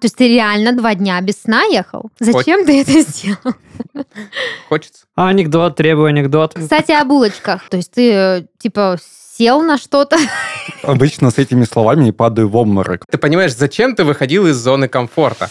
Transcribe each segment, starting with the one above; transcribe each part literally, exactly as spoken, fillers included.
То есть ты реально два дня без сна ехал? Зачем Хоч... ты это сделал? Хочется. А анекдот, требую анекдот. Кстати, о булочках. То есть ты, типа, сел на что-то? Обычно с этими словами и падаю в обморок. Ты понимаешь, зачем ты выходил из зоны комфорта?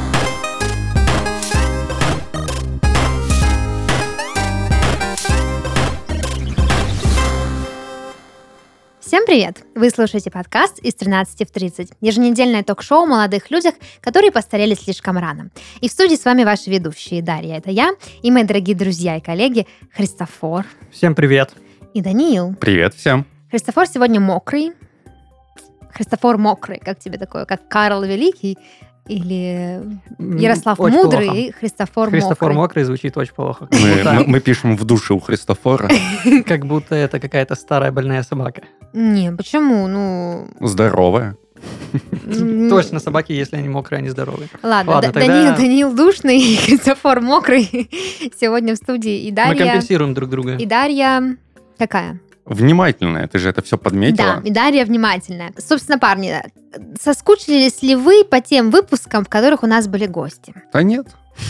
Всем привет! Вы слушаете подкаст «Из тринадцати в тридцать». Еженедельное ток-шоу о молодых людях, которые постарели слишком рано. И в студии с вами ваши ведущие. Дарья, это я, и мои дорогие друзья и коллеги Христофор. Всем привет. И Даниил. Привет всем. Христофор сегодня мокрый. Христофор мокрый, как тебе такое? Как Карл Великий? Или Ярослав очень Мудрый плохо. и Христофор, Христофор мокрый. мокрый звучит очень плохо. Как Мы, будто, мы- мы пишем в душе у Христофора. как будто это какая-то старая больная собака. Не, почему? Ну... Здоровая. м, Точно, собаки, если они мокрые, они здоровые. Ладно, Ладно, Да- тогда- Даниил, Даниил душный, и Христофор мокрый. Сегодня в студии и Мы Дарья. компенсируем друг друга. И Дарья... Какая? Внимательная, ты же это все подметила. Да, и Дарья внимательная. Собственно, парни, соскучились ли вы по тем выпускам, в которых у нас были гости? Да нет.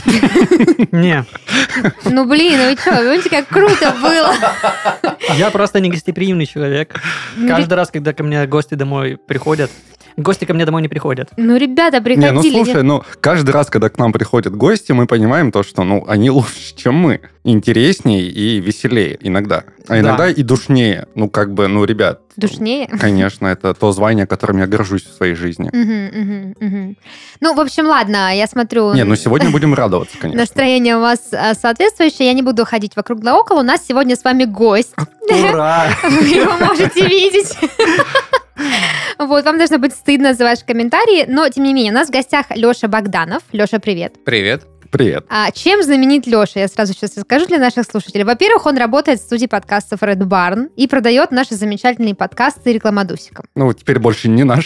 Не, Ну, блин, ну вы что, помните, как круто было? я просто не гостеприимный человек. Каждый раз, когда ко мне гости домой приходят, гости ко мне домой не приходят. Ну, ребята, Не, приходили. ну слушай, ну каждый раз, когда к нам приходят гости, мы понимаем то, что ну они лучше, чем мы. Интереснее и веселее иногда. А Да. иногда и душнее. Ну, как бы, ну, ребят. Душнее? Конечно, это то звание, которым я горжусь в своей жизни. Мгм, мгм, мгм. Ну, в общем, ладно, я смотрю... Не, ну сегодня будем радоваться, конечно. Настроение у вас а, соответствующее. Я не буду ходить вокруг да около. У нас сегодня с вами гость. Ура! Вы его можете видеть. Вот, вам должно быть стыдно за ваши комментарии, но, тем не менее, у нас в гостях Леша Богданов. Леша, привет. Привет. Привет. А чем знаменит Леша? Я сразу сейчас расскажу для наших слушателей. Во-первых, он работает в студии подкастов Red Barn и продает наши замечательные подкасты рекламодусикам. Ну, теперь больше не наш.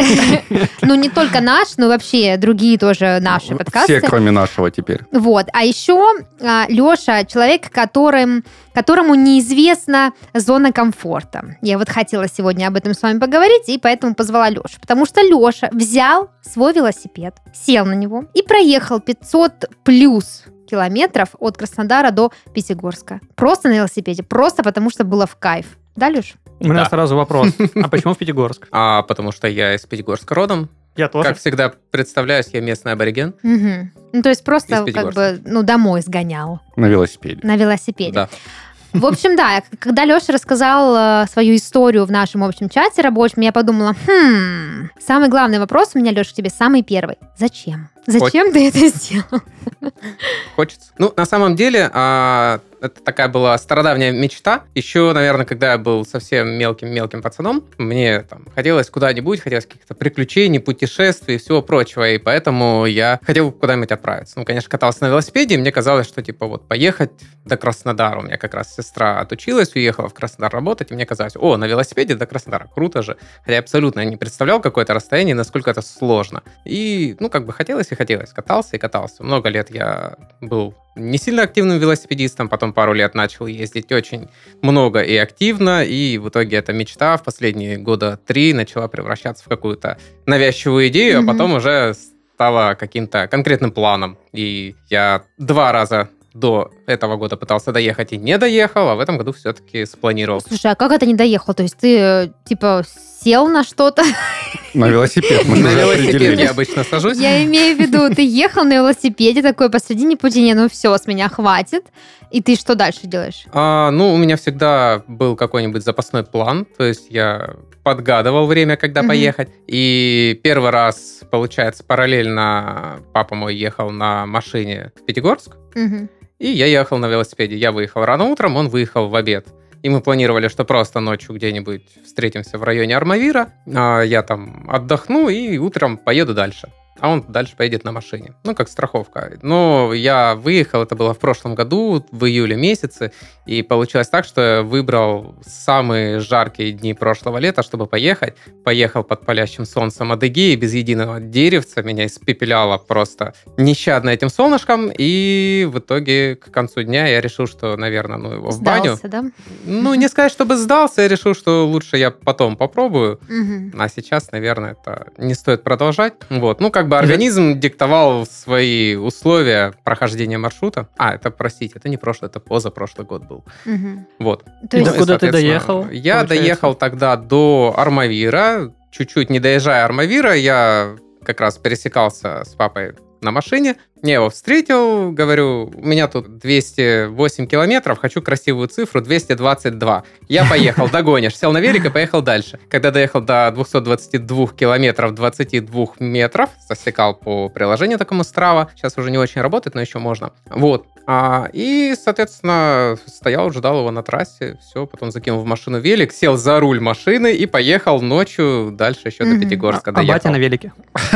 Ну, не только наш, но вообще другие тоже наши подкасты. Все, кроме нашего теперь. Вот. А еще Леша человек, которым, которому неизвестна зона комфорта. Я вот хотела сегодня об этом с вами поговорить, и поэтому позвала Лешу. Потому что Леша взял свой велосипед, сел на него и проехал пятьсот плюс километров от Краснодара до Пятигорска. Просто на велосипеде. Просто потому, что было в кайф. Да, Леш? У меня Да. сразу вопрос. А почему в Пятигорск? А потому что я из Пятигорска родом. Я тоже. Как всегда, представляюсь, я местный абориген. Угу. Ну, то есть просто Из как Пятигорска. бы, ну, домой сгонял На велосипеде. на велосипеде. Да. В общем, да, когда Леша рассказал э, свою историю в нашем общем чате рабочем, я подумала, хм, самый главный вопрос у меня, Леша, к тебе самый первый. Зачем? Зачем ты это сделал? Хочется. Ну, на самом деле, а, это такая была стародавняя мечта. Еще, наверное, когда я был совсем мелким-мелким пацаном, мне там хотелось куда-нибудь, хотелось каких-то приключений, путешествий и всего прочего, и поэтому я хотел куда-нибудь отправиться. Ну, конечно, катался на велосипеде, и мне казалось, что, типа, вот поехать до Краснодара. У меня как раз сестра отучилась, уехала в Краснодар работать, и мне казалось, о, на велосипеде до Краснодара, круто же. Хотя я абсолютно не представлял какое-то расстояние, насколько это сложно. И, ну, как бы хотелось и хотелось. Катался и катался. Много лет я был не сильно активным велосипедистом, потом пару лет начал ездить очень много и активно, и в итоге эта мечта в последние года три начала превращаться в какую-то навязчивую идею, Мгм. а потом уже стала каким-то конкретным планом. И я два раза до этого года пытался доехать и не доехал, а в этом году все-таки спланировал. Слушай, а как это не доехал? То есть ты, э, типа, сел на что-то? На велосипед. Мы же На уже велосипед определились. я обычно сажусь. Я имею в виду, ты ехал на велосипеде такой посредине пути, не, ну все, с меня хватит. И ты что дальше делаешь? А, ну, у меня всегда был какой-нибудь запасной план, то есть я подгадывал время, когда Мгм. поехать. И первый раз, получается, параллельно папа мой ехал на машине в Пятигорск, Мгм. и я ехал на велосипеде. Я выехал рано утром, он выехал в обед. И мы планировали, что просто ночью где-нибудь встретимся в районе Армавира, а я там отдохну и утром поеду дальше. А он дальше поедет на машине. Ну, как страховка. Но я выехал, это было в прошлом году, в июле месяце, и получилось так, что я выбрал самые жаркие дни прошлого лета, чтобы поехать. Поехал под палящим солнцем Адыгеи, без единого деревца, меня испепеляло просто нещадно этим солнышком, и в итоге к концу дня я решил, что, наверное, ну его в баню. Сдался, да? Ну, не сказать, чтобы сдался, я решил, что лучше я потом попробую. Мгм. А сейчас, наверное, это не стоит продолжать. Вот. Ну, как бы бы организм диктовал свои условия прохождения маршрута. А, это, простите, это не прошлый, это позапрошлый год был. Мгм. Вот. То И есть- куда ты Соответственно, доехал, Я получается? доехал тогда до Армавира. Чуть-чуть не доезжая Армавира, я как раз пересекался с папой на машине. Я его встретил, говорю, у меня тут двести восемь километров, хочу красивую цифру, двести двадцать два. Я поехал, догонишь. Сел на велик и поехал дальше. Когда доехал до двухсот двадцати двух километров двадцати двух метров, засекал по приложению такому Strava. Сейчас уже не очень работает, но еще можно. Вот. А, и, соответственно, стоял, ждал его на трассе. Все, потом закинул в машину велик, сел за руль машины и поехал ночью дальше еще до Мгм. Пятигорска. А доехал. батя на велике.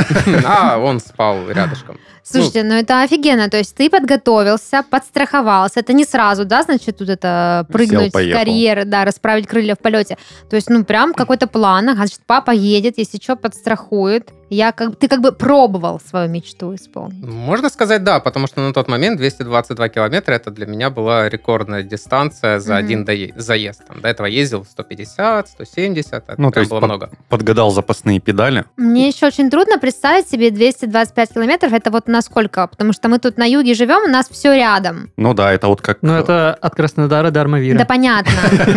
А, он спал рядышком. Слушайте, ну это офигенно. То есть ты подготовился, подстраховался. Это не сразу, да, значит, тут это прыгнуть в поехал. карьер, да, расправить крылья в полете. То есть, ну, прям какой-то план. Ага, значит, папа едет, если что, подстрахует. Я как, ты как бы пробовал свою мечту исполнить. Можно сказать, да, потому что на тот момент двести двадцать два километра это для меня была рекордная дистанция за Мгм. один дое- заезд. Там, до этого ездил сто пятьдесят, сто семьдесят, это Ну, то прям есть было под- много. Подгадал запасные педали. Мне еще очень трудно представить себе двести двадцать пять километров. Это вот насколько? Потому что мы тут на юге живем, у нас все рядом. Ну да, это вот как... Ну, это от Краснодара до Армавира. Да понятно.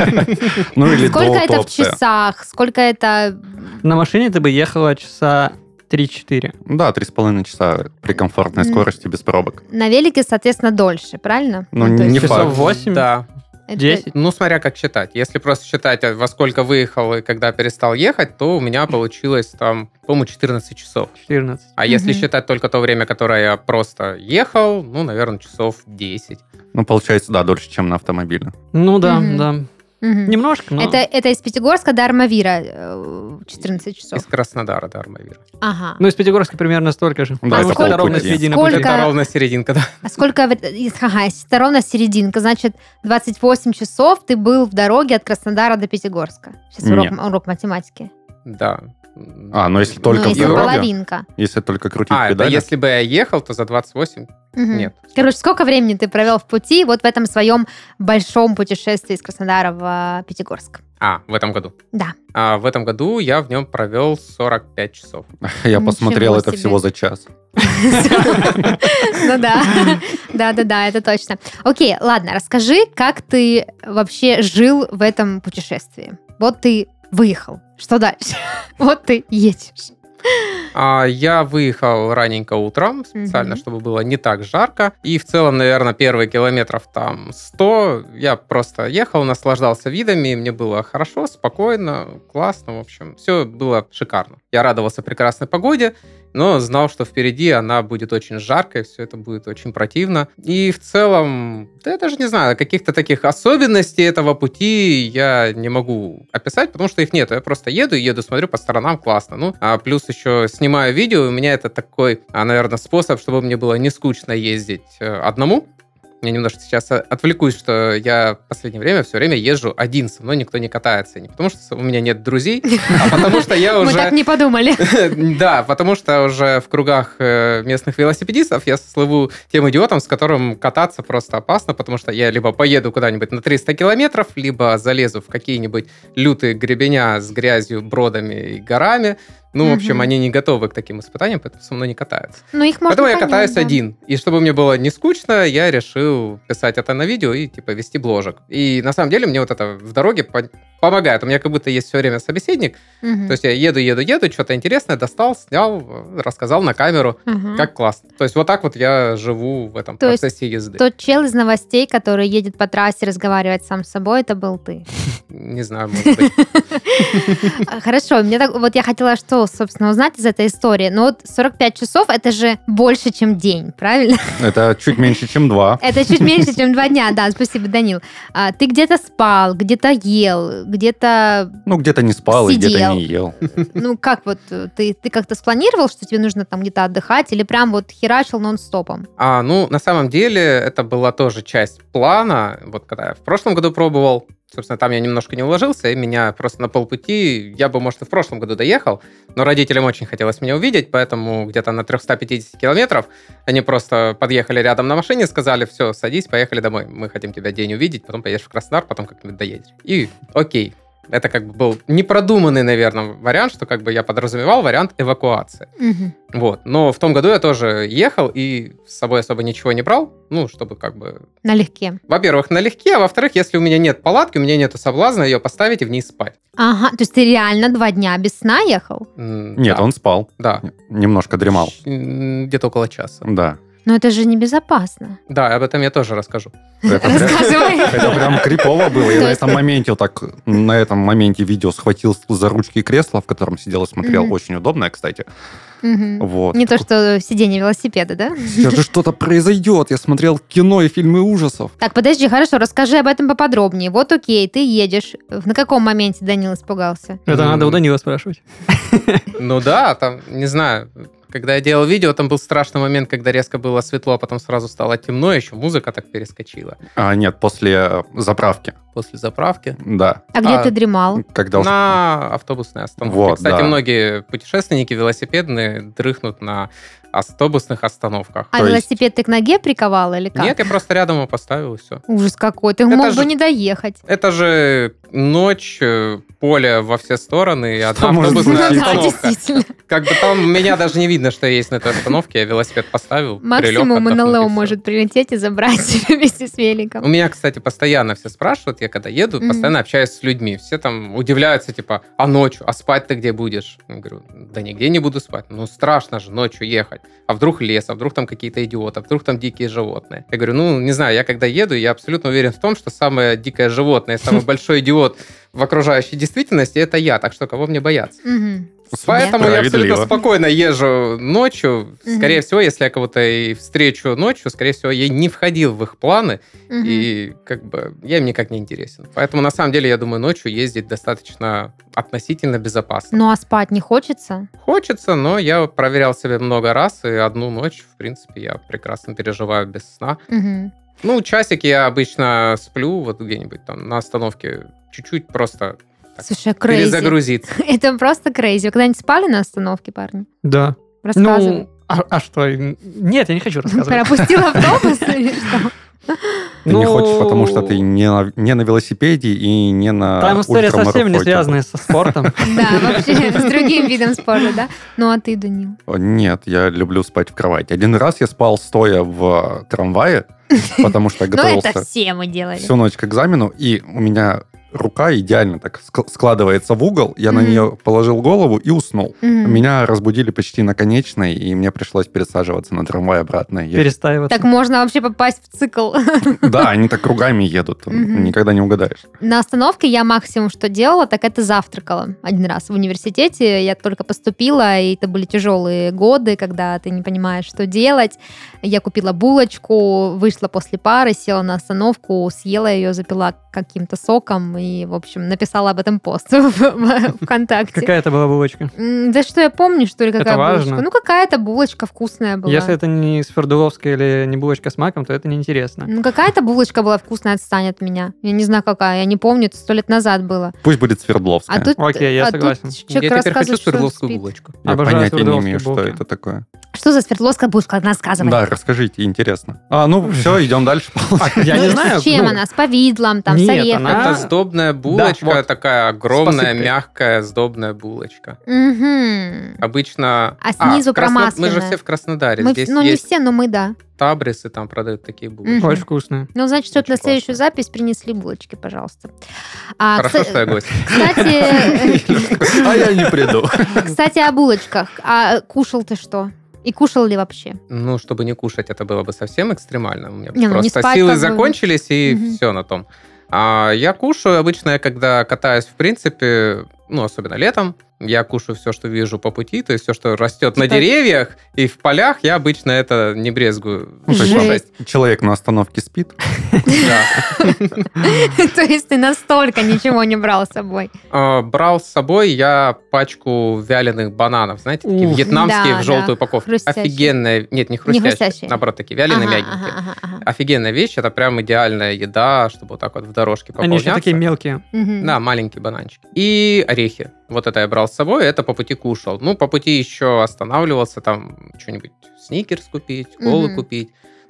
Ну или Сколько до это в Туапсе. часах? Сколько это... На машине ты бы ехала часа три-четыре. Да, три с половиной часа при комфортной М. скорости, без пробок. На велике, соответственно, дольше, правильно? Ну, то не есть Часов факт. восемь? Да. это- десять? Ну, смотря как считать. Если просто считать, а, во сколько выехал и когда перестал ехать, то у меня получилось там, по-моему, четырнадцать часов. четырнадцать. А если Мгм. считать только то время, которое я просто ехал, ну, наверное, часов десять. Ну, получается, да, дольше, чем на автомобиле. Ну да, Мгм. да. Мгм. Немножко, но... Это, это из Пятигорска до Армавира э, четырнадцать часов. Из Краснодара до Армавира. Ага. Ну, из Пятигорска примерно столько же. Да, Потому это что это ровно полпути. середина Сколько? пути. Это ровно серединка, да. А сколько... в это- из- Ага, если это ровно серединка, значит, двадцать восемь часов ты был в дороге от Краснодара до Пятигорска. Сейчас урок, Нет. урок математики. Да. А, ну если только ну, в если дороге, половинка. если только крутить А, это педали. если бы я ехал, то за двадцать восемь? Мгм. Нет. Короче, сколько времени ты провел в пути вот в этом своем большом путешествии из Краснодара в э, Пятигорск? А, в этом году. Да. А в этом году я в нем провел сорок пять часов. Я Ничего посмотрел это себе. всего за час. Ну да, да-да-да, это точно. Окей, ладно, расскажи, как ты вообще жил в этом путешествии. Вот ты выехал, что дальше? Вот ты едешь. А, я выехал раненько утром, специально, Мгм. чтобы было не так жарко. И в целом, наверное, первые километров там сто я просто ехал, наслаждался видами, мне было хорошо, спокойно, классно, в общем. Все было шикарно. Я радовался прекрасной погоде, но знал, что впереди она будет очень жаркой, все это будет очень противно. И в целом, да я даже не знаю, каких-то таких особенностей этого пути я не могу описать, потому что их нет. Я просто еду, еду, смотрю по сторонам, классно. Ну, а плюс еще снимаю видео, и у меня это такой, а, наверное, способ, чтобы мне было не скучно ездить э, одному. Я немножко сейчас отвлекусь, что я в последнее время все время езжу один, со мной никто не катается. Не потому что у меня нет друзей, а потому что я Мы так уже... не подумали. Да, потому что уже в кругах э, местных велосипедистов я слыву тем идиотом, с которым кататься просто опасно, потому что я либо поеду куда-нибудь на триста километров, либо залезу в какие-нибудь лютые гребеня с грязью, бродами и горами. Ну, в общем, Мгм. они не готовы к таким испытаниям, поэтому со мной не катаются. Ну, их можно Поэтому я понять, катаюсь да. один. И чтобы мне было не скучно, я решил писать это на видео и, типа, вести бложек. И на самом деле мне вот это в дороге по- помогает. У меня как будто есть все время собеседник. Мгм. То есть я еду, еду, еду, что-то интересное достал, снял, э, рассказал на камеру. Мгм. Как классно. То есть вот так вот я живу в этом То есть процессе езды. Тот чел из новостей, который едет по трассе, разговаривает сам с собой, это был ты. Не знаю, может быть. А, Хорошо, мне так, вот я хотела что, собственно, узнать из этой истории. Но вот сорок пять часов это же больше, чем день, правильно? Это чуть меньше, чем два. Это чуть меньше, чем два дня, да, спасибо, Данил. А, ты где-то спал, где-то ел, где-то, Ну, где-то не спал и Сидел. где-то не ел. ну как вот, э, ты, ты как-то спланировал, что тебе нужно там где-то отдыхать, или прям вот херачил нон-стопом? А, ну, на самом деле, это была тоже часть плана. Вот когда я в прошлом году пробовал, собственно, там я немножко не уложился, и меня просто на полпути, я бы, может, и в прошлом году доехал, но родителям очень хотелось меня увидеть, поэтому где-то на триста пятьдесят километров они просто подъехали рядом на машине, сказали, все, садись, поехали домой, мы хотим тебя день увидеть, потом поедешь в Краснодар, потом как-нибудь доедешь. И окей. Это как бы был непродуманный, наверное, вариант, что как бы я подразумевал вариант эвакуации. Мгм. Вот. Но в том году я тоже ехал и с собой особо ничего не брал, ну, чтобы как бы... Налегке. Во-первых, налегке, а во-вторых, если у меня нет палатки, у меня нет соблазна ее поставить и в ней спать. Ага, то есть ты реально два дня без сна ехал? М, Нет, да. он спал. Да. Немножко дремал. М, Где-то около часа. Да. Но это же небезопасно. Да, об этом я тоже расскажу. Это прям, Рассказывай. это прям крипово было. Я То на есть- этом моменте вот так, на этом моменте видео схватил за ручки кресла, в котором сидел и смотрел. Мгм. Очень удобное, кстати. Мгм. Вот. Не то, что сиденье велосипеда, да? Сейчас же что-то произойдет. Я смотрел кино и фильмы ужасов. Так, подожди, хорошо, расскажи об этом поподробнее. Вот окей, ты едешь. На каком моменте Данил испугался? Это М. надо у Данила спрашивать. Ну да, там, не знаю, когда я делал видео, там был страшный момент, когда резко было светло, а потом сразу стало темно, еще музыка так перескочила А, нет, после э, заправки. после заправки. Да. А где А, ты дремал? Когда уж- На автобусной остановке. Вот, Кстати, да. многие путешественники велосипедные дрыхнут на автобусных остановках. А то есть- велосипед ты к ноге приковал или как? Нет, я просто рядом его поставил, и все. Ужас какой, ты Это мог же- бы не доехать. Это же ночь, э, поле во все стороны и одна Что может автобусная случиться? Да, остановка. действительно. Как бы там меня даже не видно, что есть на этой остановке. Я велосипед поставил, прилег, Максимум отдохнуть, и НЛО всё. может прилететь и забрать тебя вместе с У великом. меня, кстати, постоянно все спрашивают, я когда еду, Мгм. постоянно общаюсь с людьми. Все там удивляются, типа, а ночью, а спать ты где будешь? Я говорю, да нигде не буду спать. Ну, страшно же ночью ехать. А вдруг лес, а вдруг там какие-то идиоты, а вдруг там дикие животные? Я говорю, ну, не знаю, я когда еду, я абсолютно уверен в том, что самое дикое животное, самый большой идиот в окружающей действительности — это я. Так что кого мне бояться? Мгм. Поэтому я абсолютно Справедливо. спокойно езжу ночью. Мгм. Скорее всего, если я кого-то и встречу ночью, скорее всего, я не входил в их планы, Мгм. и как бы я им никак не интересен. Поэтому, на самом деле, я думаю, ночью ездить достаточно относительно безопасно. Ну а спать не хочется? Хочется, но я проверял себя много раз, и одну ночь, в принципе, я прекрасно переживаю без сна. Мгм. Ну, часик я обычно сплю вот где-нибудь там на остановке, чуть-чуть просто так Слушай, крейзи. перезагрузиться. Это просто крейзи. Вы когда-нибудь спали на остановке, парни? Да. Рассказывай. Ну, а, а что? Нет, я не хочу рассказывать. Пропустил автобус или что? Ты Ну, не хочешь, потому что ты не на, не на велосипеде и не на Там история совсем не ультрамарафоне. связанная со спортом. Да, вообще с другим видом спорта, да? Ну а ты, Данил? Нет, я люблю спать в кровати. Один раз я спал стоя в трамвае, потому что я Ну это готовился все мы делали. всю ночь к экзамену, и у меня рука идеально так ск- складывается в угол, я на Мгм. нее положил голову и уснул. Мгм. Меня разбудили почти на конечной, и мне пришлось пересаживаться на трамвай обратно. Я- Перестаиваться. Так можно вообще попасть в цикл. Да, они так кругами едут, Мгм. никогда не угадаешь. На остановке я максимум, что делала, так это завтракала. Один раз в университете я только поступила, и это были тяжелые годы, когда ты не понимаешь, что делать. Я купила булочку, вышла после пары, села на остановку, съела ее, запила каким-то соком и, в общем, написала об этом пост в в ВКонтакте. Какая это была булочка? М, Да что я помню, что ли, какая Это булочка? важно. Ну, какая-то булочка вкусная была. Если это не свердловская или не булочка с маком, то это неинтересно. Ну, какая-то булочка была вкусная, отстань от меня. Я не знаю, какая, я не помню, это сто лет назад было. Пусть будет Свердловская. А тут, Окей, я а согласен. тут Я человек теперь хочу рассказывает, что он свердловскую спит. булочку. Я Обожаю понятия не свердловские имею, что булки. это такое. Что за свердловская булочка? Рассказывай. Да, расскажите, интересно. А, ну все, идем дальше. Я Ну, не знаю. С чем ну, она? С повидлом, там, с Нет, орехами? она- Это А, сдобная булочка, вот. такая огромная, посыпкой. мягкая сдобная булочка. Мгм. Обычно... А снизу в Красно- Мы же промасленная. все в Краснодаре. Мы, Здесь ну, не есть все, но мы, да. Табрис, и там продают такие булочки. Мгм. Очень вкусно. Ну, значит, что-то Очень на следующую классно. запись принесли булочки, пожалуйста. А, Хорошо, кста- что я гость. Кстати, А я не приду. кстати, о булочках. А кушал ты что? И кушал ли вообще? Ну, чтобы не кушать, это было бы совсем экстремально. У меня Не, ну, не просто спать силы как бы. закончились, и Мгм. все на том. А я кушаю обычно, я когда катаюсь, в принципе, ну, особенно летом, я кушаю все, что вижу по пути, то есть все, что растет на Типа- деревьях и в полях, я обычно это не брезгую. Ну, то есть Жесть. Человек на остановке спит. Да. То есть ты настолько ничего не брал с собой? А, Брал с собой я пачку вяленых бананов, знаете, такие Ух. вьетнамские Да, в желтой да, упаковке. хрустящие. Офигенная, нет, не хрустящие, хрустящие. наоборот, такие вяленые, Ага, мягенькие. ага, ага, ага. Офигенная вещь, это прям идеальная еда, чтобы вот так вот в дорожке Они еще пополняться. такие мелкие. Мгм. Да, маленькие бананчики. И орехи. Вот это я брал с собой, это по пути кушал. Ну, по пути еще останавливался, там что-нибудь сникерс купить, колу Мгм. купить.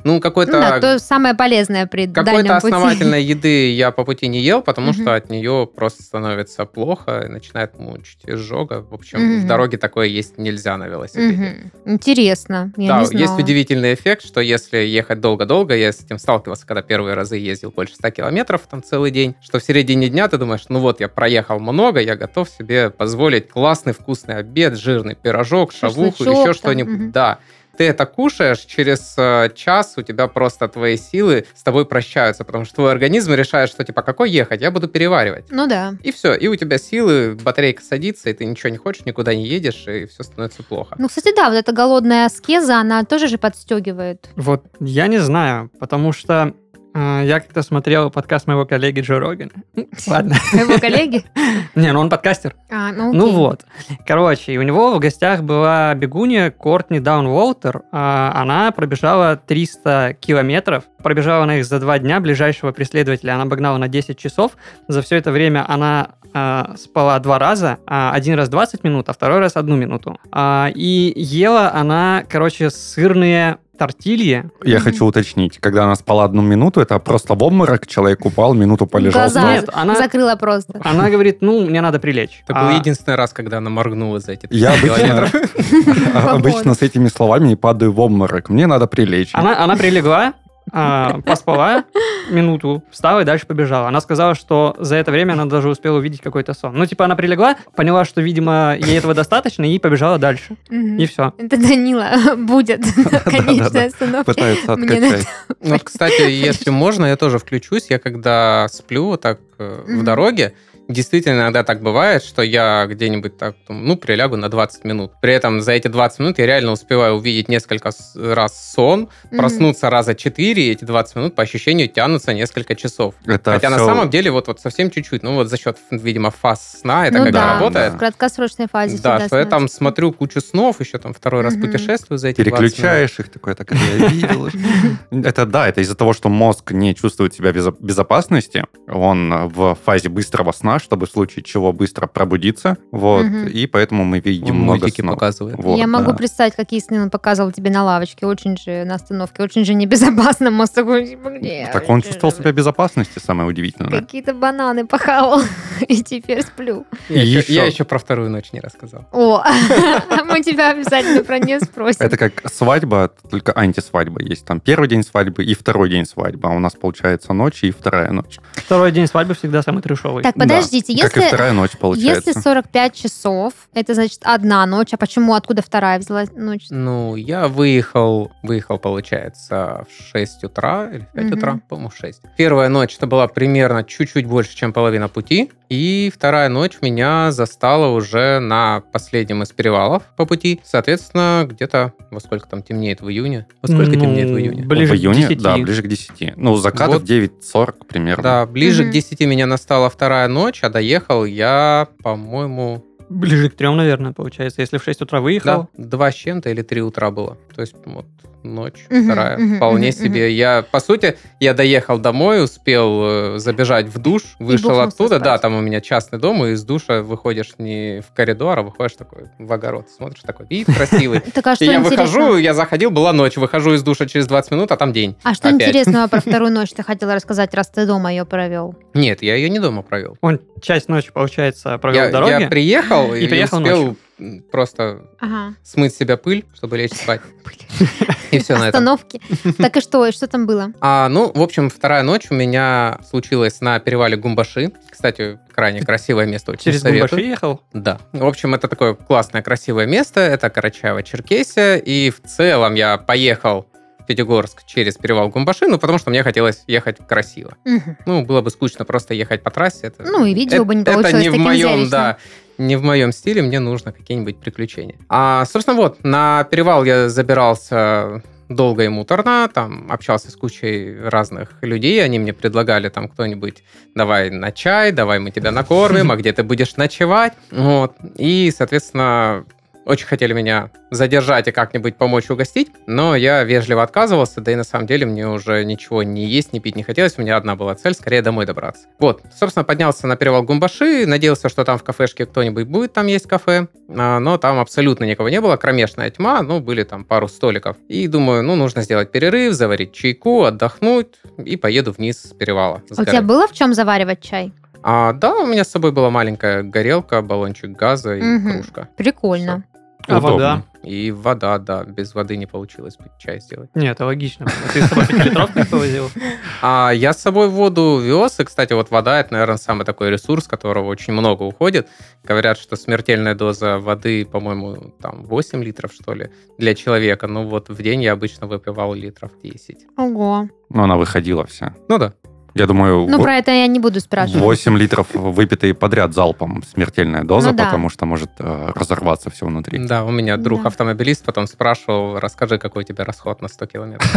Ну, какой-то... Ну да, то самое полезное при Какой-то дальнем пути. основательной еды я по пути не ел, потому Мгм. что от нее просто становится плохо, и начинает мучить изжога. В общем, Мгм. в дороге такое есть нельзя на велосипеде. Мгм. Интересно, я Да, не знала. есть удивительный эффект, что если ехать долго-долго, я с этим сталкивался, когда первые разы ездил больше ста километров там целый день, что в середине дня ты думаешь, ну вот, я проехал много, я готов себе позволить классный вкусный обед, жирный пирожок, шавуху, Шашлычок еще там, что-нибудь. мгм. Да. Ты это кушаешь, через э, час у тебя просто твои силы с тобой прощаются, потому что твой организм решает, что типа, какой ехать, я буду переваривать. Ну да. И все, и у тебя силы, батарейка садится, и ты ничего не хочешь, никуда не едешь, и все становится плохо. Ну, кстати, да, вот эта голодная аскеза, она тоже же подстегивает. Вот я не знаю, потому что э, я как-то смотрел подкаст моего коллеги Джо Рогана. Ладно. Моего коллеги? Не, ну он подкастер. А, ну Ну окей. вот. Короче, и у него в гостях была бегунья Кортни Даунволтер. А, Она пробежала триста километров. Пробежала она их за два дня. Ближайшего преследователя она обогнала на десять часов. За все это время она а, спала два раза. а, Один раз двадцать минут, а второй раз одну минуту. А, И ела она, короче, сырные тортильи. Я Мгм. хочу уточнить, когда она спала одну минуту, это просто в обморок, человек упал, минуту полежал. Глаза Нет, она- закрыла просто. Она говорит, ну, мне надо прилечь. Это А, был единственный раз, когда она моргнула за эти Я триста обычно, километров. обычно с этими словами падаю в обморок. Мне надо прилечь. Она, она прилегла, а, поспала минуту, встала и дальше побежала. Она сказала, что за это время она даже успела увидеть какой-то сон. Ну, типа, она прилегла, поняла, что, видимо, ей этого достаточно, и побежала дальше. Мгм. И все. Это Данила будет конечная остановка. Пытается Мне откачать. Ну, вот, кстати, если можно, я тоже включусь. Я когда сплю вот так э, в Мгм. дороге, действительно иногда так бывает, что я где-нибудь так, там, ну, прилягу на двадцать минут. При этом за эти двадцать минут я реально успеваю увидеть несколько с- раз сон, Мгм. проснуться раза четыре, и эти двадцать минут по ощущению тянутся несколько часов. Это Хотя на всё- самом деле вот, вот совсем чуть-чуть, ну вот за счет, видимо, фаз сна, это Ну когда да, работает. в краткосрочной фазе Да, всегда что я там становится. смотрю кучу снов, еще там второй раз Мгм. путешествую за эти двадцать минут. Переключаешь их, такой, так это я видел. Это да, это из-за того, что мозг не чувствует себя в безопасности. Он в фазе быстрого сна, чтобы в случае чего быстро пробудиться. Вот. Мгм. И поэтому мы видим Он много мультики снов. показывает. Вот, Я могу да. представить, какие сны он показывал тебе на лавочке. Очень же на остановке, очень же небезопасно. Мозг такой, типа, где? Так он чувствовал себя в безопасности, самое удивительное. Какие-то бананы похавал. И теперь сплю. Я, И еще, еще- я еще про вторую ночь не рассказал. О, мы тебя обязательно про нее спросим. Это как свадьба, только антисвадьба. Есть там первый день свадьбы и второй день свадьбы. А у нас получается ночь и вторая ночь. Второй день свадьбы всегда самый трешовый. Так, подождите, Да, как и если... вторая ночь получается. Если сорок пять часов, это значит одна ночь, а почему, откуда вторая взялась ночь? Ну, я выехал, выехал, получается, в шесть утра или в пять Мгм. утра, по-моему, в шесть. Первая ночь это была примерно чуть-чуть больше, чем половина пути. И вторая ночь меня застала уже на последнем из перевалов по пути. Соответственно, где-то во сколько там темнеет в июне? Во сколько Ну, темнеет в июне? ближе в июне, к десяти. да, ближе к десяти. Ну, закат Вот. в девять сорок примерно. Да, ближе Мгм. к десяти меня настала вторая ночь, а доехал я, по-моему, Ближе к трем, наверное, получается. Если в шесть утра да, выехал, два с чем-то или три утра было. То есть вот ночь, Мгм, вторая, мгм, вполне мгм, себе. Я, по сути, я доехал домой, успел э, забежать в душ, вышел бухнулся оттуда. спать. Да, там у меня частный дом, и из душа выходишь не в коридор, а выходишь такой в огород. Смотришь, такой вид красивый. Так а что И я интересного? выхожу, я заходил, была ночь, выхожу из душа через двадцать минут, а там день. А что Опять. интересного про вторую ночь ты хотела рассказать, раз ты дома ее провел? Нет, я ее не дома провел. он часть ночи, получается, провел Я, в дороге. я приехал и, и приехал успел м, просто Ага. смыть с себя пыль, чтобы лечь спать. И все на этом. Остановки. Так и что? И что там было? А, ну, в общем, вторая ночь у меня случилась на перевале Гумбаши. Кстати, крайне красивое место, очень Через советую. Гумбаши ехал. Да. В общем, это такое классное, красивое место. Это Карачаево-Черкесия. И в целом я поехал в Пятигорск через перевал Гумбаши, ну, потому что мне хотелось ехать красиво. Мгм. Ну, было бы скучно просто ехать по трассе. Это, Ну, и видео бы не это получилось не в таким моем, зрелищным. да, не в моем стиле, мне нужно какие-нибудь приключения. А, собственно, вот, на перевал я забирался долго и муторно, там общался с кучей разных людей, они мне предлагали там кто-нибудь, давай на чай, давай мы тебя накормим, а где ты будешь ночевать, вот, и, соответственно, очень хотели меня задержать и как-нибудь помочь угостить, но я вежливо отказывался, да и на самом деле мне уже ничего не есть, не пить не хотелось, у меня одна была цель, скорее домой добраться. Вот, собственно, поднялся на перевал Гумбаши, надеялся, что там в кафешке кто-нибудь будет, там есть кафе, но там абсолютно никого не было, кромешная тьма, ну, были там пару столиков. И думаю, ну, нужно сделать перерыв, заварить чайку, отдохнуть, и поеду вниз с перевала. С У тебя было в чем заваривать чай? А, да, у меня с собой была маленькая горелка, баллончик газа и Мгм. кружка. Прикольно. А Удобно. вода? И вода, да, без воды не получилось чай сделать. Нет, это логично. А ты с собой пятилитровку повозил? А я с собой воду вез, и, кстати, вот вода, это, наверное, самый такой ресурс, которого очень много уходит. Говорят, что смертельная доза воды, по-моему, там восемь литров, что ли, для человека. Ну вот в день я обычно выпивал литров десять. Ого. Но она выходила вся. Ну да. Я думаю, Ну, во- про это я не буду спрашивать. восемь литров выпитые подряд залпом смертельная доза, Ну да. потому что может э, разорваться все внутри. Да, у меня друг Да. автомобилист потом спрашивал, расскажи, какой у тебя расход на сто километров.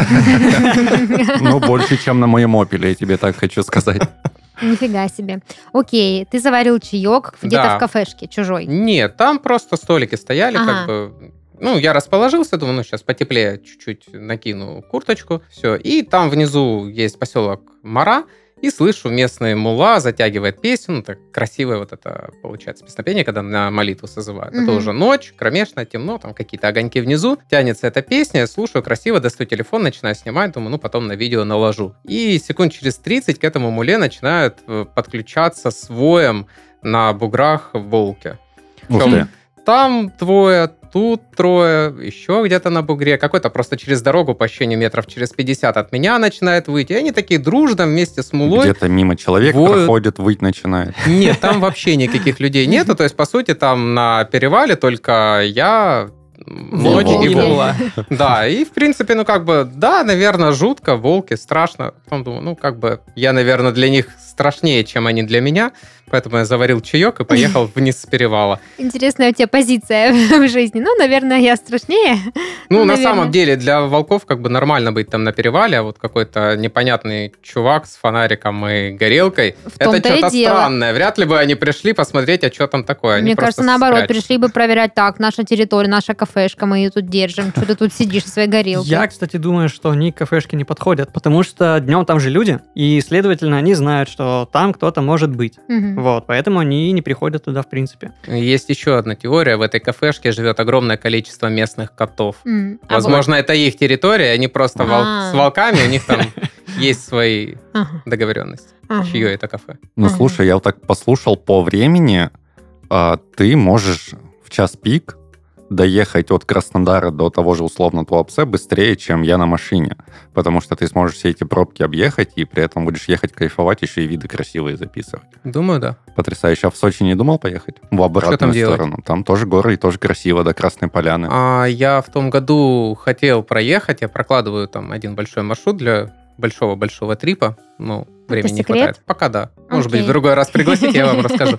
Ну, больше, чем на моем опеле, я тебе так хочу сказать. Нифига себе. Окей, ты заварил чаек где-то Да. в кафешке чужой. Нет, там просто столики стояли, Ага. как бы... Ну, я расположился, думаю, ну, сейчас потеплее чуть-чуть накину курточку, все. И там внизу есть поселок Мара, и слышу, местный мулла затягивает песню, ну, так красивое вот это, получается, песнопение, когда на молитву созывают. Мгм. Это уже ночь, кромешно, темно, там какие-то огоньки внизу, тянется эта песня, я слушаю красиво, достаю телефон, начинаю снимать, думаю, ну, потом на видео наложу. И секунд через тридцать к этому мулле начинают э, подключаться с воем на буграх волки. Ух Причем ты. Там двое, тут трое, еще где-то на бугре. Какой-то просто через дорогу, по ощущению метров через пятьдесят от меня начинает выйти. И они такие дружно вместе с мулой. Где-то мимо человек воют. проходит, выть начинает. Нет, там вообще никаких людей нету. То есть, по сути, там на перевале только я, ночь и Волки. волк. Да, и, в принципе, ну, как бы, да, наверное, жутко, волки, страшно. Потом думаю, ну, как бы, я, наверное, для них страшнее, чем они для меня. Поэтому я заварил чаек и поехал вниз с перевала. Интересная у тебя позиция в жизни. Ну, наверное, я страшнее. Ну, на Наверное. самом деле, для волков как бы нормально быть там на перевале, а вот какой-то непонятный чувак с фонариком и горелкой, В это том-то и что-то дело. странное. Вряд ли бы они пришли посмотреть, а что там такое. Они Мне просто кажется, наоборот, спрячутся. пришли бы проверять, так, наша территория, наша кафешка, мы ее тут держим. Что ты тут сидишь со своей горелкой? Я, кстати, думаю, что они к кафешке не подходят, потому что днем там же люди, и, следовательно, они знают, что там кто-то может быть. Мгм. Вот, поэтому они не приходят туда, в принципе. Есть еще одна теория. В этой кафешке живет огромное количество местных котов. М, а Возможно, это их территория, они просто вол- А. с волками, у них там есть свои вот- Ага, договоренности. ага. Чье это кафе? Ну, Ага. слушай, я вот так послушал по времени, а, ты можешь в час пик доехать от Краснодара до того же условно Туапсе быстрее, чем я на машине. Потому что ты сможешь все эти пробки объехать, и при этом будешь ехать кайфовать, еще и виды красивые записывать. Думаю, да. Потрясающе. А в Сочи не думал поехать? В обратную там делать? сторону. Там тоже горы и тоже красиво, до Красной Поляны. А, я в том году хотел проехать, я прокладываю там один большой маршрут для большого-большого трипа. Ну, времени не секрет? хватает. Пока да. Может быть, Окей. в другой раз пригласите, я вам расскажу.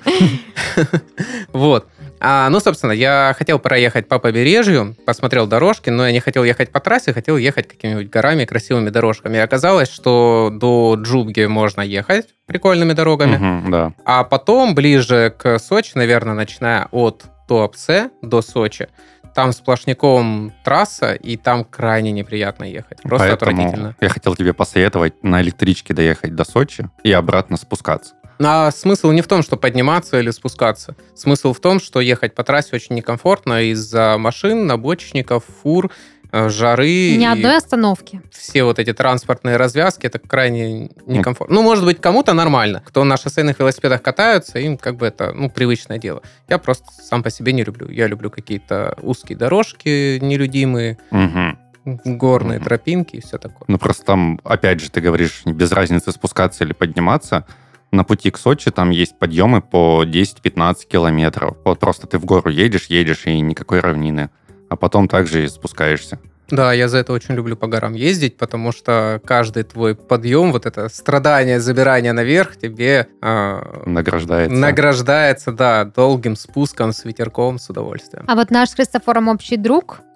Вот. А, ну, собственно, я хотел проехать по побережью, посмотрел дорожки, но я не хотел ехать по трассе, хотел ехать какими-нибудь горами, красивыми дорожками. И оказалось, что до Джубги можно ехать прикольными дорогами, Мгм, да. а потом ближе к Сочи, наверное, начиная от Туапсе до Сочи, там сплошняком трасса, и там крайне неприятно ехать. Просто Поэтому отвратительно. я хотел тебе посоветовать на электричке доехать до Сочи и обратно спускаться. А смысл не в том, что подниматься или спускаться. Смысл в том, что ехать по трассе очень некомфортно из-за машин, набочечников, фур, э, жары. Ни и одной остановки. все вот эти транспортные развязки, это крайне некомфортно. Ну, может быть, кому-то нормально. Кто на шоссейных велосипедах катаются, им как бы это, ну, привычное дело. Я просто сам по себе не люблю. Я люблю какие-то узкие дорожки нелюдимые, Мгм. горные Мгм. тропинки и все такое. Ну, просто там, опять же, ты говоришь, без разницы спускаться или подниматься. На пути к Сочи там есть подъемы по десять-пятнадцать километров. Вот просто ты в гору едешь, едешь, и никакой равнины. А потом также и спускаешься. Да, я за это очень люблю по горам ездить, потому что каждый твой подъем, вот это страдание, забирание наверх, тебе э, Награждается. награждается, да, долгим спуском с ветерком, с удовольствием. А вот наш с Христофором общий друг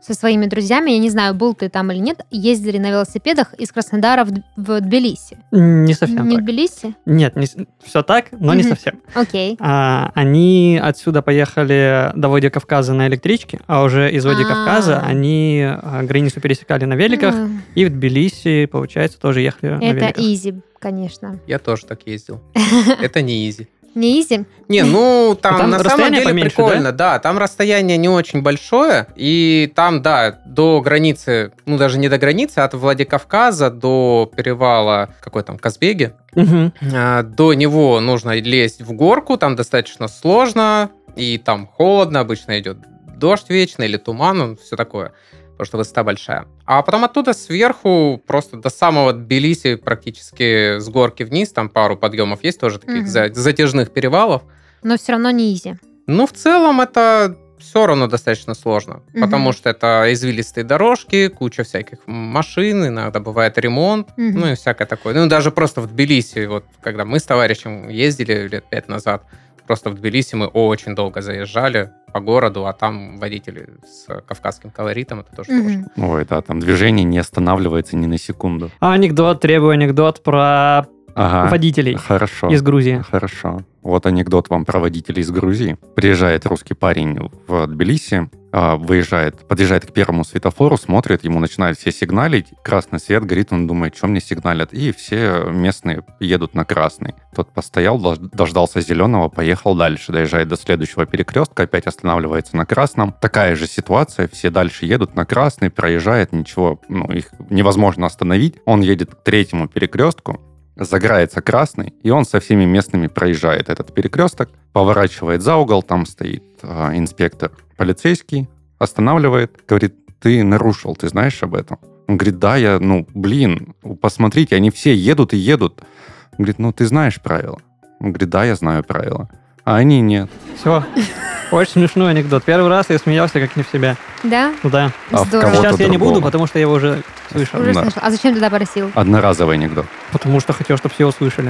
со своими друзьями, я не знаю, был ты там или нет, ездили на велосипедах из Краснодара в, в Тбилиси. Не совсем Не так. в Тбилиси? Нет, не, все так, но не Мгм. совсем. Окей. А, они отсюда поехали до Владикавказа на электричке, а уже из Владикавказа А. они а, границу пересекали на великах, М, и в Тбилиси, получается, тоже ехали на Это великах. изи, конечно. Я тоже так ездил. Это не изи. Не изи? Не, ну там, Там на самом расстояние деле поменьше, прикольно, да? Там расстояние не очень большое, и там, да, до границы, ну даже не до границы, а от Владикавказа до перевала, какой там, Казбеги, Мгм. а, до него нужно лезть в горку, там достаточно сложно, и там холодно, обычно идет дождь вечно или туман, ну, все такое, потому что высота большая. А потом оттуда сверху, просто до самого Тбилиси, практически с горки вниз, там пару подъемов есть тоже, таких Мгм. за- затяжных перевалов. Но все равно не изи. Ну, в целом, это все равно достаточно сложно, Мгм. потому что это извилистые дорожки, куча всяких машин, иногда бывает ремонт, Мгм. ну и всякое такое. Ну, даже просто в Тбилиси, вот когда мы с товарищем ездили лет пять назад, просто в Тбилиси мы очень долго заезжали по городу, а там водители с кавказским колоритом, это тоже сложно. Мгм. Ой, да, там движение не останавливается ни на секунду. А анекдот, требую анекдот про Ага, водителей хорошо. из Грузии. Хорошо. Вот анекдот вам про водителей из Грузии. Приезжает русский парень в Тбилиси, а, выезжает, подъезжает к первому светофору, смотрит, ему начинают все сигналить, красный свет горит, он думает, что мне сигналят, и все местные едут на красный. Тот постоял, дож- дождался зеленого, поехал дальше, доезжает до следующего перекрестка, опять останавливается на красном. Такая же ситуация, все дальше едут на красный, проезжает, ничего, ну, их невозможно остановить. Он едет к третьему перекрестку, загорается красный, и он со всеми местными проезжает этот перекресток, поворачивает за угол, там стоит а, инспектор полицейский, останавливает, говорит, ты нарушил, ты знаешь об этом? Он говорит, да, я, ну, блин, посмотрите, они все едут и едут. Он говорит, ну, ты знаешь правила? Он говорит, да, я знаю правила. А они нет. Все. Очень смешной анекдот. Первый раз я смеялся как не в себя. Да? Да. А в Здорово. кого-то Сейчас я не другого. буду, потому что я его уже слышал. Уже Да. слышал. А зачем тогда просил? Одноразовый анекдот. Потому что хотел, чтобы все его слышали.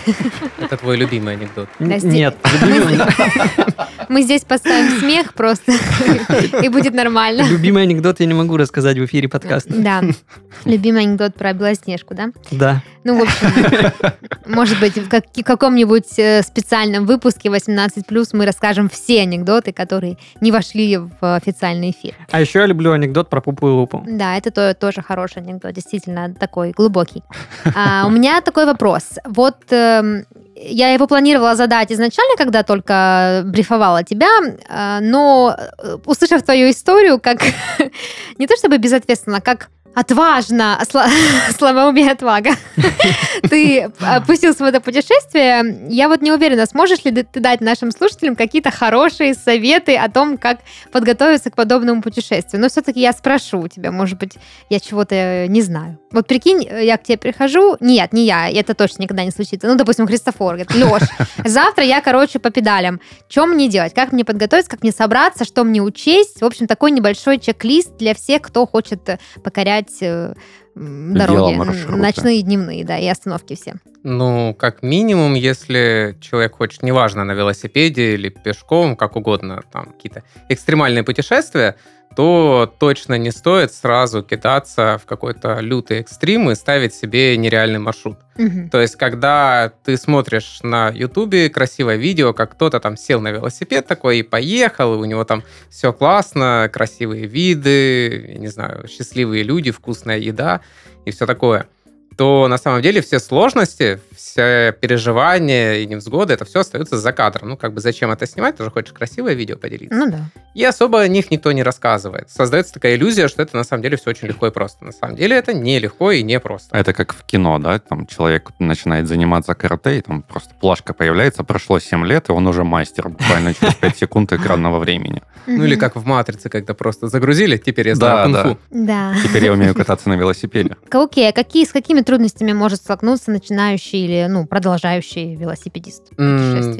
Это твой любимый анекдот. Н- Прости. Нет. Мы здесь поставим смех просто, и будет нормально. Любимый анекдот я не могу рассказать в эфире подкаста. Да. Любимый анекдот про Белоснежку, да? Да. Ну, в общем, может быть, в как- каком-нибудь э, специальном выпуске восемнадцать плюс мы расскажем все анекдоты, которые не вошли в официальный эфир. А еще я люблю анекдот про Пупу и Лупу. Да, это то- тоже хороший анекдот, действительно такой глубокий. А, у меня такой вопрос. Вот эм, я его планировала задать изначально, когда только брифовала тебя, э, но э, услышав твою историю, как не то чтобы безответственно, как отважно, сла- слабоумие отвага, ты опустился в это путешествие. Я вот не уверена, сможешь ли ты дать нашим слушателям какие-то хорошие советы о том, как подготовиться к подобному путешествию. Но все-таки я спрошу у тебя, может быть, я чего-то не знаю. Вот прикинь, я к тебе прихожу, нет, не я, это точно никогда не случится. Ну, допустим, Христофор говорит, Леш, завтра я, короче, по педалям. Что мне делать? Как мне подготовиться? Как мне собраться? Что мне учесть? В общем, такой небольшой чек-лист для всех, кто хочет э, покорять э, м, дороги, Веломаршруты. ночные и дневные, да, и остановки все. Ну, как минимум, если человек хочет, неважно, на велосипеде или пешком, как угодно, там какие-то экстремальные путешествия, то точно не стоит сразу кидаться в какой-то лютый экстрим и ставить себе нереальный маршрут. Мгм. То есть, когда ты смотришь на Ютубе красивое видео, как кто-то там сел на велосипед такой и поехал, и у него там все классно, красивые виды, я не знаю, счастливые люди, вкусная еда и все такое, то на самом деле все сложности, все переживания и невзгоды, это все остается за кадром. Ну, как бы зачем это снимать? Ты же хочешь красивое видео поделиться. Ну да. И особо о них никто не рассказывает. Создается такая иллюзия, что это на самом деле все очень легко и просто. На самом деле это не легко и не просто. Это как в кино, да? Там человек начинает заниматься карате, и там просто плашка появляется, прошло семь лет, и он уже мастер, буквально через пять секунд экранного времени. Ну или Мгм. как в «Матрице», когда просто загрузили, теперь я знаю Да, кунг-фу. Да. Теперь я умею кататься на велосипеде. Окей, а какие, с какими трудностями может столкнуться начинающий или ну, продолжающий велосипедист, М, путешественник?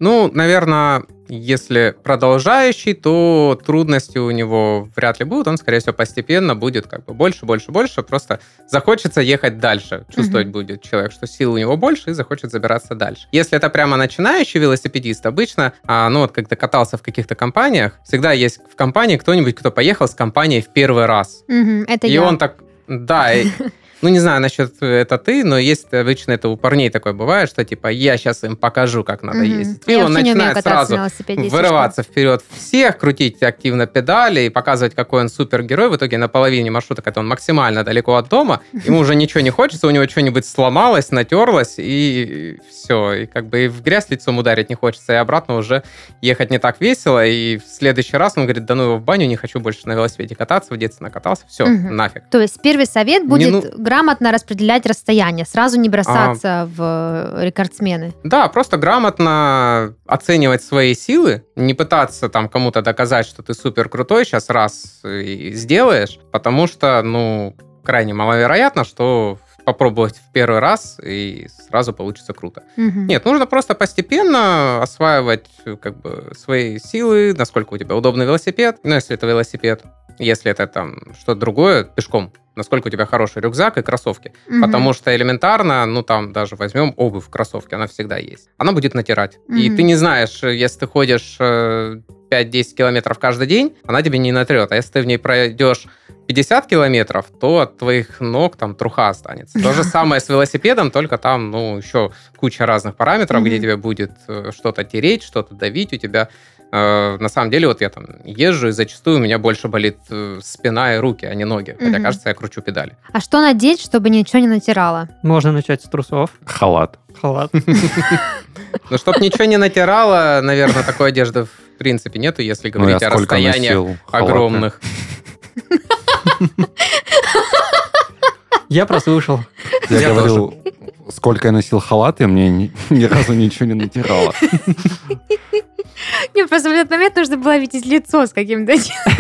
Ну, наверное, если продолжающий, то трудности у него вряд ли будут. Он, скорее всего, постепенно будет как бы больше, больше, больше. Просто захочется ехать дальше. Чувствовать mm-hmm. будет человек, что сил у него больше, и захочет забираться дальше. Если это прямо начинающий велосипедист, обычно, а, ну вот когда катался в каких-то компаниях, всегда есть в компании кто-нибудь, кто поехал с компанией в первый раз. Mm-hmm, это и я. он так... Да, и... Ну, не знаю, насчет это ты, но есть обычно это у парней такое бывает, что типа я сейчас им покажу, как надо mm-hmm. ездить. И я он начинает сразу вырываться что. вперед всех, крутить активно педали и показывать, какой он супергерой. В итоге на половине маршрута, когда он максимально далеко от дома, ему уже ничего не хочется, у него что-нибудь сломалось, натерлось, и все. И как бы и в грязь лицом ударить не хочется, и обратно уже ехать не так весело. И в следующий раз он говорит, да ну его в баню, не хочу больше на велосипеде кататься, в детстве накатался, все, mm-hmm. нафиг. То есть первый совет будет... Не, ну... грамотно распределять расстояние, сразу не бросаться а, в рекордсмены. Да, просто грамотно оценивать свои силы, не пытаться там кому-то доказать, что ты супер крутой, сейчас раз и сделаешь, потому что, ну, крайне маловероятно, что попробовать в первый раз и сразу получится круто. Угу. Нет, нужно просто постепенно осваивать как бы свои силы, насколько у тебя удобный велосипед, ну, если это велосипед, если это там что-то другое, пешком, насколько у тебя хороший рюкзак и кроссовки. Угу. Потому что элементарно, ну там даже возьмем обувь в кроссовке, она всегда есть. Она будет натирать. Угу. И ты не знаешь, если ты ходишь пять-десять километров каждый день, она тебе не натрет. А если ты в ней пройдешь пятьдесят километров, то от твоих ног там труха останется. То же самое с велосипедом, только там, ну, еще куча разных параметров, где тебе будет что-то тереть, что-то давить у тебя. На самом деле, вот я там езжу, и зачастую у меня больше болит спина и руки, а не ноги. Хотя, mm-hmm. кажется, я кручу педали. А что надеть, чтобы ничего не натирало? Можно начать с трусов. Халат. Халат. Ну, чтобы ничего не натирало, наверное, такой одежды в принципе нету, если говорить о расстояниях огромных. Я прослушал. Я говорил, сколько я носил халат, и мне ни разу ничего не натирало. Мне просто в этот момент нужно было видеть лицо с каким-то...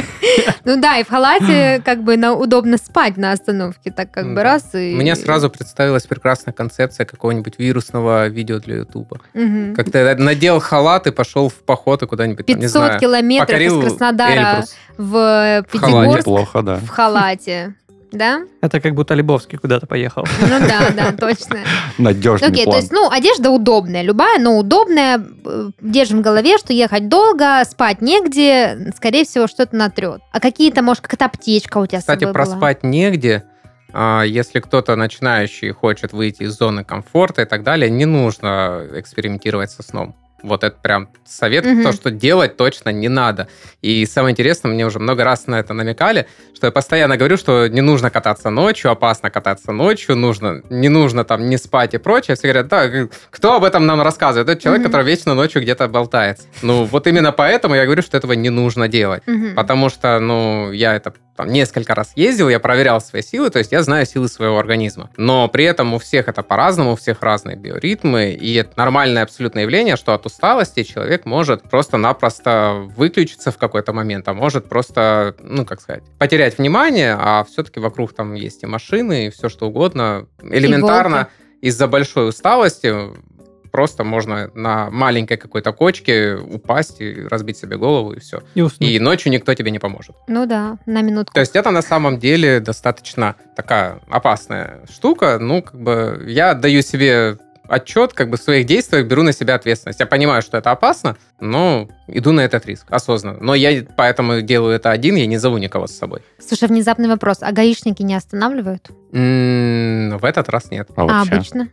Ну да, и в халате как бы удобно спать на остановке, так как бы раз и... Мне сразу представилась прекрасная концепция какого-нибудь вирусного видео для Ютуба. Как ты надел халат и пошел в поход и куда-нибудь, не знаю, пятьсот километров из Краснодара в Пятигорск в халате. Да? Это как будто Лебовский куда-то поехал. Ну да, да, точно. Надежный Окей, план. То есть, ну, одежда удобная, любая, но удобная. Держим в голове, что ехать долго, спать негде, скорее всего, что-то натрет. А какие-то, может, какая-то аптечка у тебя с собой Кстати, была? проспать негде. Если кто-то начинающий хочет выйти из зоны комфорта и так далее, не нужно экспериментировать со сном. Вот это прям совет, mm-hmm. то, что делать точно не надо. И самое интересное, мне уже много раз на это намекали, что я постоянно говорю, что не нужно кататься ночью, опасно кататься ночью, нужно, не нужно там не спать и прочее. Все говорят, да, кто об этом нам рассказывает? Это человек, mm-hmm. который вечно ночью где-то болтается. Ну, вот именно поэтому я говорю, что этого не нужно делать. Mm-hmm. Потому что, ну, я это там несколько раз ездил, я проверял свои силы, то есть я знаю силы своего организма. Но при этом у всех это по-разному, у всех разные биоритмы, и это нормальное абсолютное явление, что от усталости человек может просто-напросто выключиться в какой-то момент, а может просто, ну, как сказать, потерять внимание, а все-таки вокруг там есть и машины, и все что угодно. Элементарно из-за большой усталости просто можно на маленькой какой-то кочке упасть и разбить себе голову, и все. И уснуть. И ночью никто тебе не поможет. Ну да, на минутку. То есть это на самом деле достаточно такая опасная штука. Ну, как бы я даю себе отчет, как бы в своих действиях беру на себя ответственность. Я понимаю, что это опасно, но иду на этот риск осознанно. Но я поэтому делаю это один, я не зову никого с собой. Слушай, внезапный вопрос. А гаишники не останавливают? М-м, в этот раз нет. А, а обычно?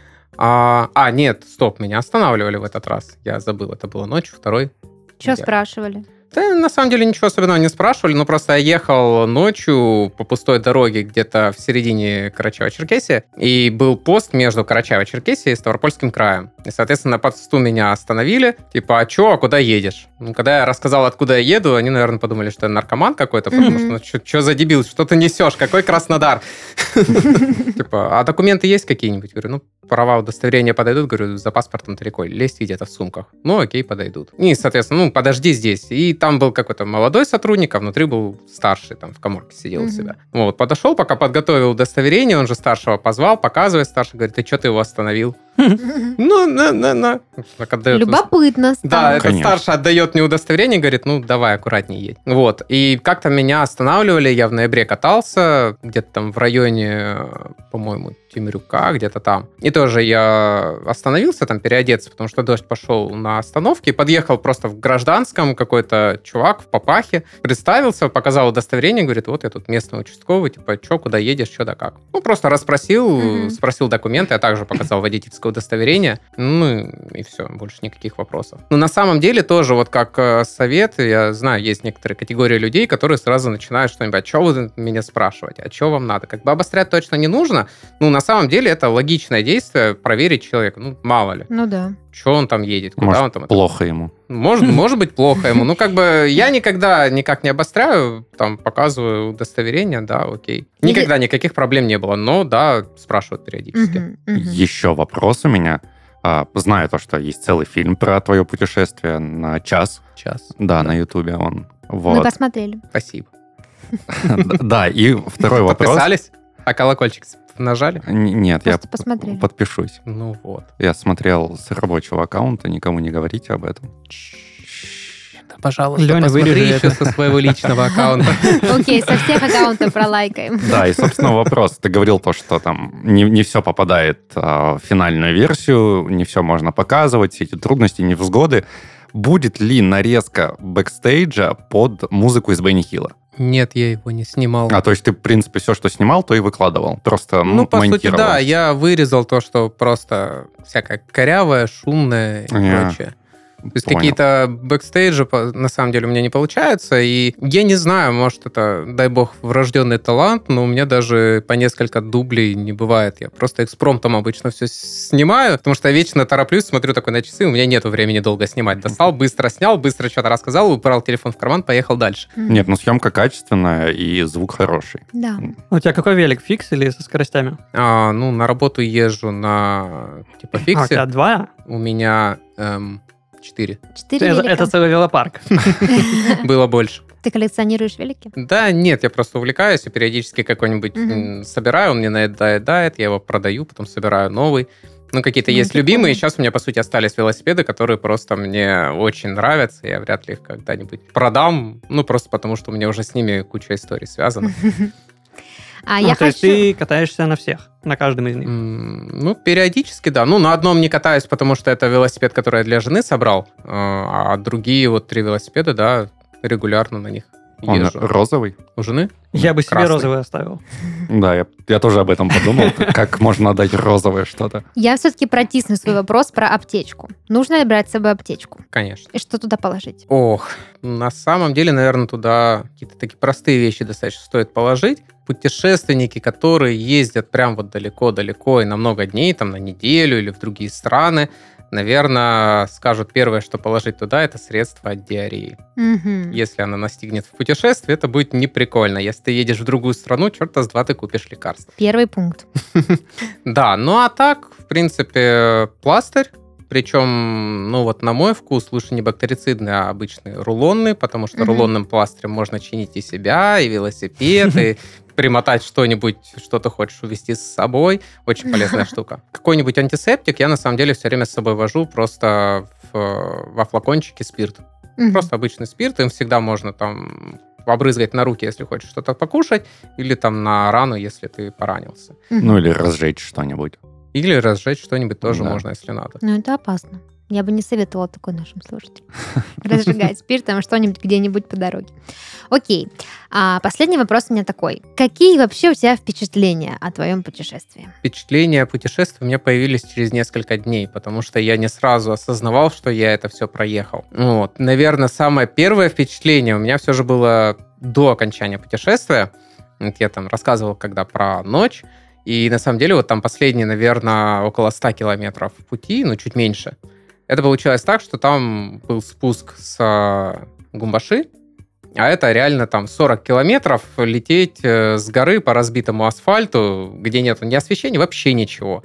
А, а, нет, стоп, меня останавливали в этот раз. Я забыл, это было ночью, второй. Что я... спрашивали? Да, на самом деле ничего особенного не спрашивали, но просто я ехал ночью по пустой дороге где-то в середине Карачаево-Черкесии, и был пост между Карачаево-Черкесией и Ставропольским краем. И, соответственно, на посту меня остановили, типа, а чё, а куда едешь? Ну, когда я рассказал, откуда я еду, они, наверное, подумали, что я наркоман какой-то, потому mm-hmm. что, ну, что за дебил, что ты несешь, какой Краснодар? Типа, а документы есть какие-нибудь? Говорю, ну, права, удостоверения подойдут? Говорю, за паспортом далеко. Лезть где-то в сумках. Ну, окей, подойдут. И, соответственно, ну, подожди здесь. И там был какой-то молодой сотрудник, а внутри был старший, там, в каморке сидел у себя. Вот, подошел, пока подготовил удостоверение, он же старшего позвал, показывает, старший говорит, ты что ты его остановил? Ну, на, на, на. Любопытно стало. Да, этот старший отдает мне удостоверение, говорит, ну, давай, аккуратнее едь. Вот, и как-то меня останавливали, я в ноябре катался, где-то там в районе, по-моему, Темрюка, где-то там. И тоже я остановился там переодеться, потому что дождь пошел на остановке, и подъехал просто в гражданском какой-то чувак в папахе, представился, показал удостоверение, говорит, вот я тут местный участковый, типа, что, куда едешь, что да как. Ну, просто расспросил, mm-hmm. спросил документы, я также показал водительское удостоверение, ну, и все, больше никаких вопросов. Но на самом деле тоже вот как совет, я знаю, есть некоторые категории людей, которые сразу начинают что-нибудь, а что вы меня спрашиваете, а что вам надо? Как бы обострять точно не нужно, ну, на самом деле это логичное действие, проверить человека, ну, мало ли. Ну, да. Что он там едет, куда может, он там... плохо это... ему. Может, может быть, плохо ему. Ну, как бы я никогда никак не обостряю, там, показываю удостоверение, да, окей. Никогда никаких проблем не было, но, да, спрашивают периодически. Угу, угу. Еще вопрос у меня. А, знаю то, что есть целый фильм про твое путешествие на час. Час. Да, на Ютубе он. Мы посмотрели. Спасибо. Да, и второй вопрос. Подписались? А колокольчик нажали? Нет, я посмотрели. подпишусь. Ну вот. Я смотрел с рабочего аккаунта, никому не говорите об этом. Да, пожалуйста, Леня, посмотри вырежи еще это. со своего личного аккаунта. Окей, со всех аккаунтов пролайкаем. Да, и, собственно, вопрос. Ты говорил то, что там не, не все попадает а, в финальную версию, не все можно показывать, все эти трудности, невзгоды. Будет ли нарезка бэкстейджа под музыку из Бенни Хилла? Нет, я его не снимал. А, то есть ты, в принципе, все, что снимал, то и выкладывал? Просто Ну, м- по сути, монтировал. да, я вырезал то, что просто всякое корявое, шумное и Я прочее. То есть понял. какие-то бэкстейджи, по- на самом деле, у меня не получаются, и я не знаю, может, это, дай бог, врожденный талант, но у меня даже по несколько дублей не бывает. Я просто экспромтом обычно все снимаю, потому что я вечно тороплюсь, смотрю такой на часы, у меня нету времени долго снимать. Достал, быстро снял, быстро что-то рассказал, убрал телефон в карман, поехал дальше. Нет, ну съемка качественная и звук хороший. Да. У тебя какой велик, фикс или со скоростями? А, ну, на работу езжу на, типа, А, у фиксе. тебя два? У меня эм, четыре. Четыре Это, велика. это целый велопарк. Было больше. Ты коллекционируешь велики? Да, нет, я просто увлекаюсь и периодически какой-нибудь Мгм. м, собираю, он мне надоедает, я его продаю, потом собираю новый. Ну, какие-то Ну, есть прикольно. любимые. Сейчас у меня, по сути, остались велосипеды, которые просто мне очень нравятся. Я вряд ли их когда-нибудь продам. Ну, просто потому, что у меня уже с ними куча историй связана. А Ну, я то есть хочу... ты катаешься на всех, на каждом из них. М, Ну, периодически, да. Ну, на одном не катаюсь, потому что это велосипед, который я для жены собрал. А а другие вот три велосипеда, да, регулярно на них Он езжу. розовый? У жены? Я бы себе Красный. розовый оставил. Да, я, я тоже об этом подумал. Как можно дать розовое что-то? Я все-таки протисну свой вопрос про аптечку. Нужно ли брать с собой аптечку? Конечно. И что туда положить? Ох, на самом деле, наверное, туда какие-то такие простые вещи достаточно стоит положить. Путешественники, которые ездят прям вот далеко-далеко и на много дней, там на неделю или в другие страны, наверное, скажут первое, что положить туда, это средство от диареи. Мгм. Если она настигнет в путешествии, это будет неприкольно. Если ты едешь в другую страну, черта с два ты купишь лекарство. Первый пункт. Да, ну а так, в принципе, пластырь. Причем, ну вот на мой вкус, лучше не бактерицидный, а обычный рулонный, потому что Мгм. рулонным пластырем можно чинить и себя, и велосипед, и примотать что-нибудь, что ты хочешь увезти с собой. Очень полезная штука. Какой-нибудь антисептик я на самом деле все время с собой вожу просто в, во флакончике спирт. Мгм. Просто обычный спирт, им всегда можно там обрызгать на руки, если хочешь что-то покушать, или там на рану, если ты поранился. Мгм. Ну или разжечь что-нибудь. Или разжечь что-нибудь тоже Да. можно, если надо. Ну, это опасно. Я бы не советовала такой нашим слушателям. Разжигать спиртом что-нибудь где-нибудь по дороге. Окей. А последний вопрос у меня такой. Какие вообще у тебя впечатления о твоем путешествии? Впечатления о путешествии у меня появились через несколько дней, потому что я не сразу осознавал, что я это все проехал. Вот. Наверное, самое первое впечатление у меня все же было до окончания путешествия. Вот я там рассказывал когда про ночь, и на самом деле вот там последние, наверное, около ста километров пути, ну чуть меньше. Это получилось так, что там был спуск с Гумбаши, А это реально там сорок километров лететь с горы по разбитому асфальту, где нет ни освещения, вообще ничего.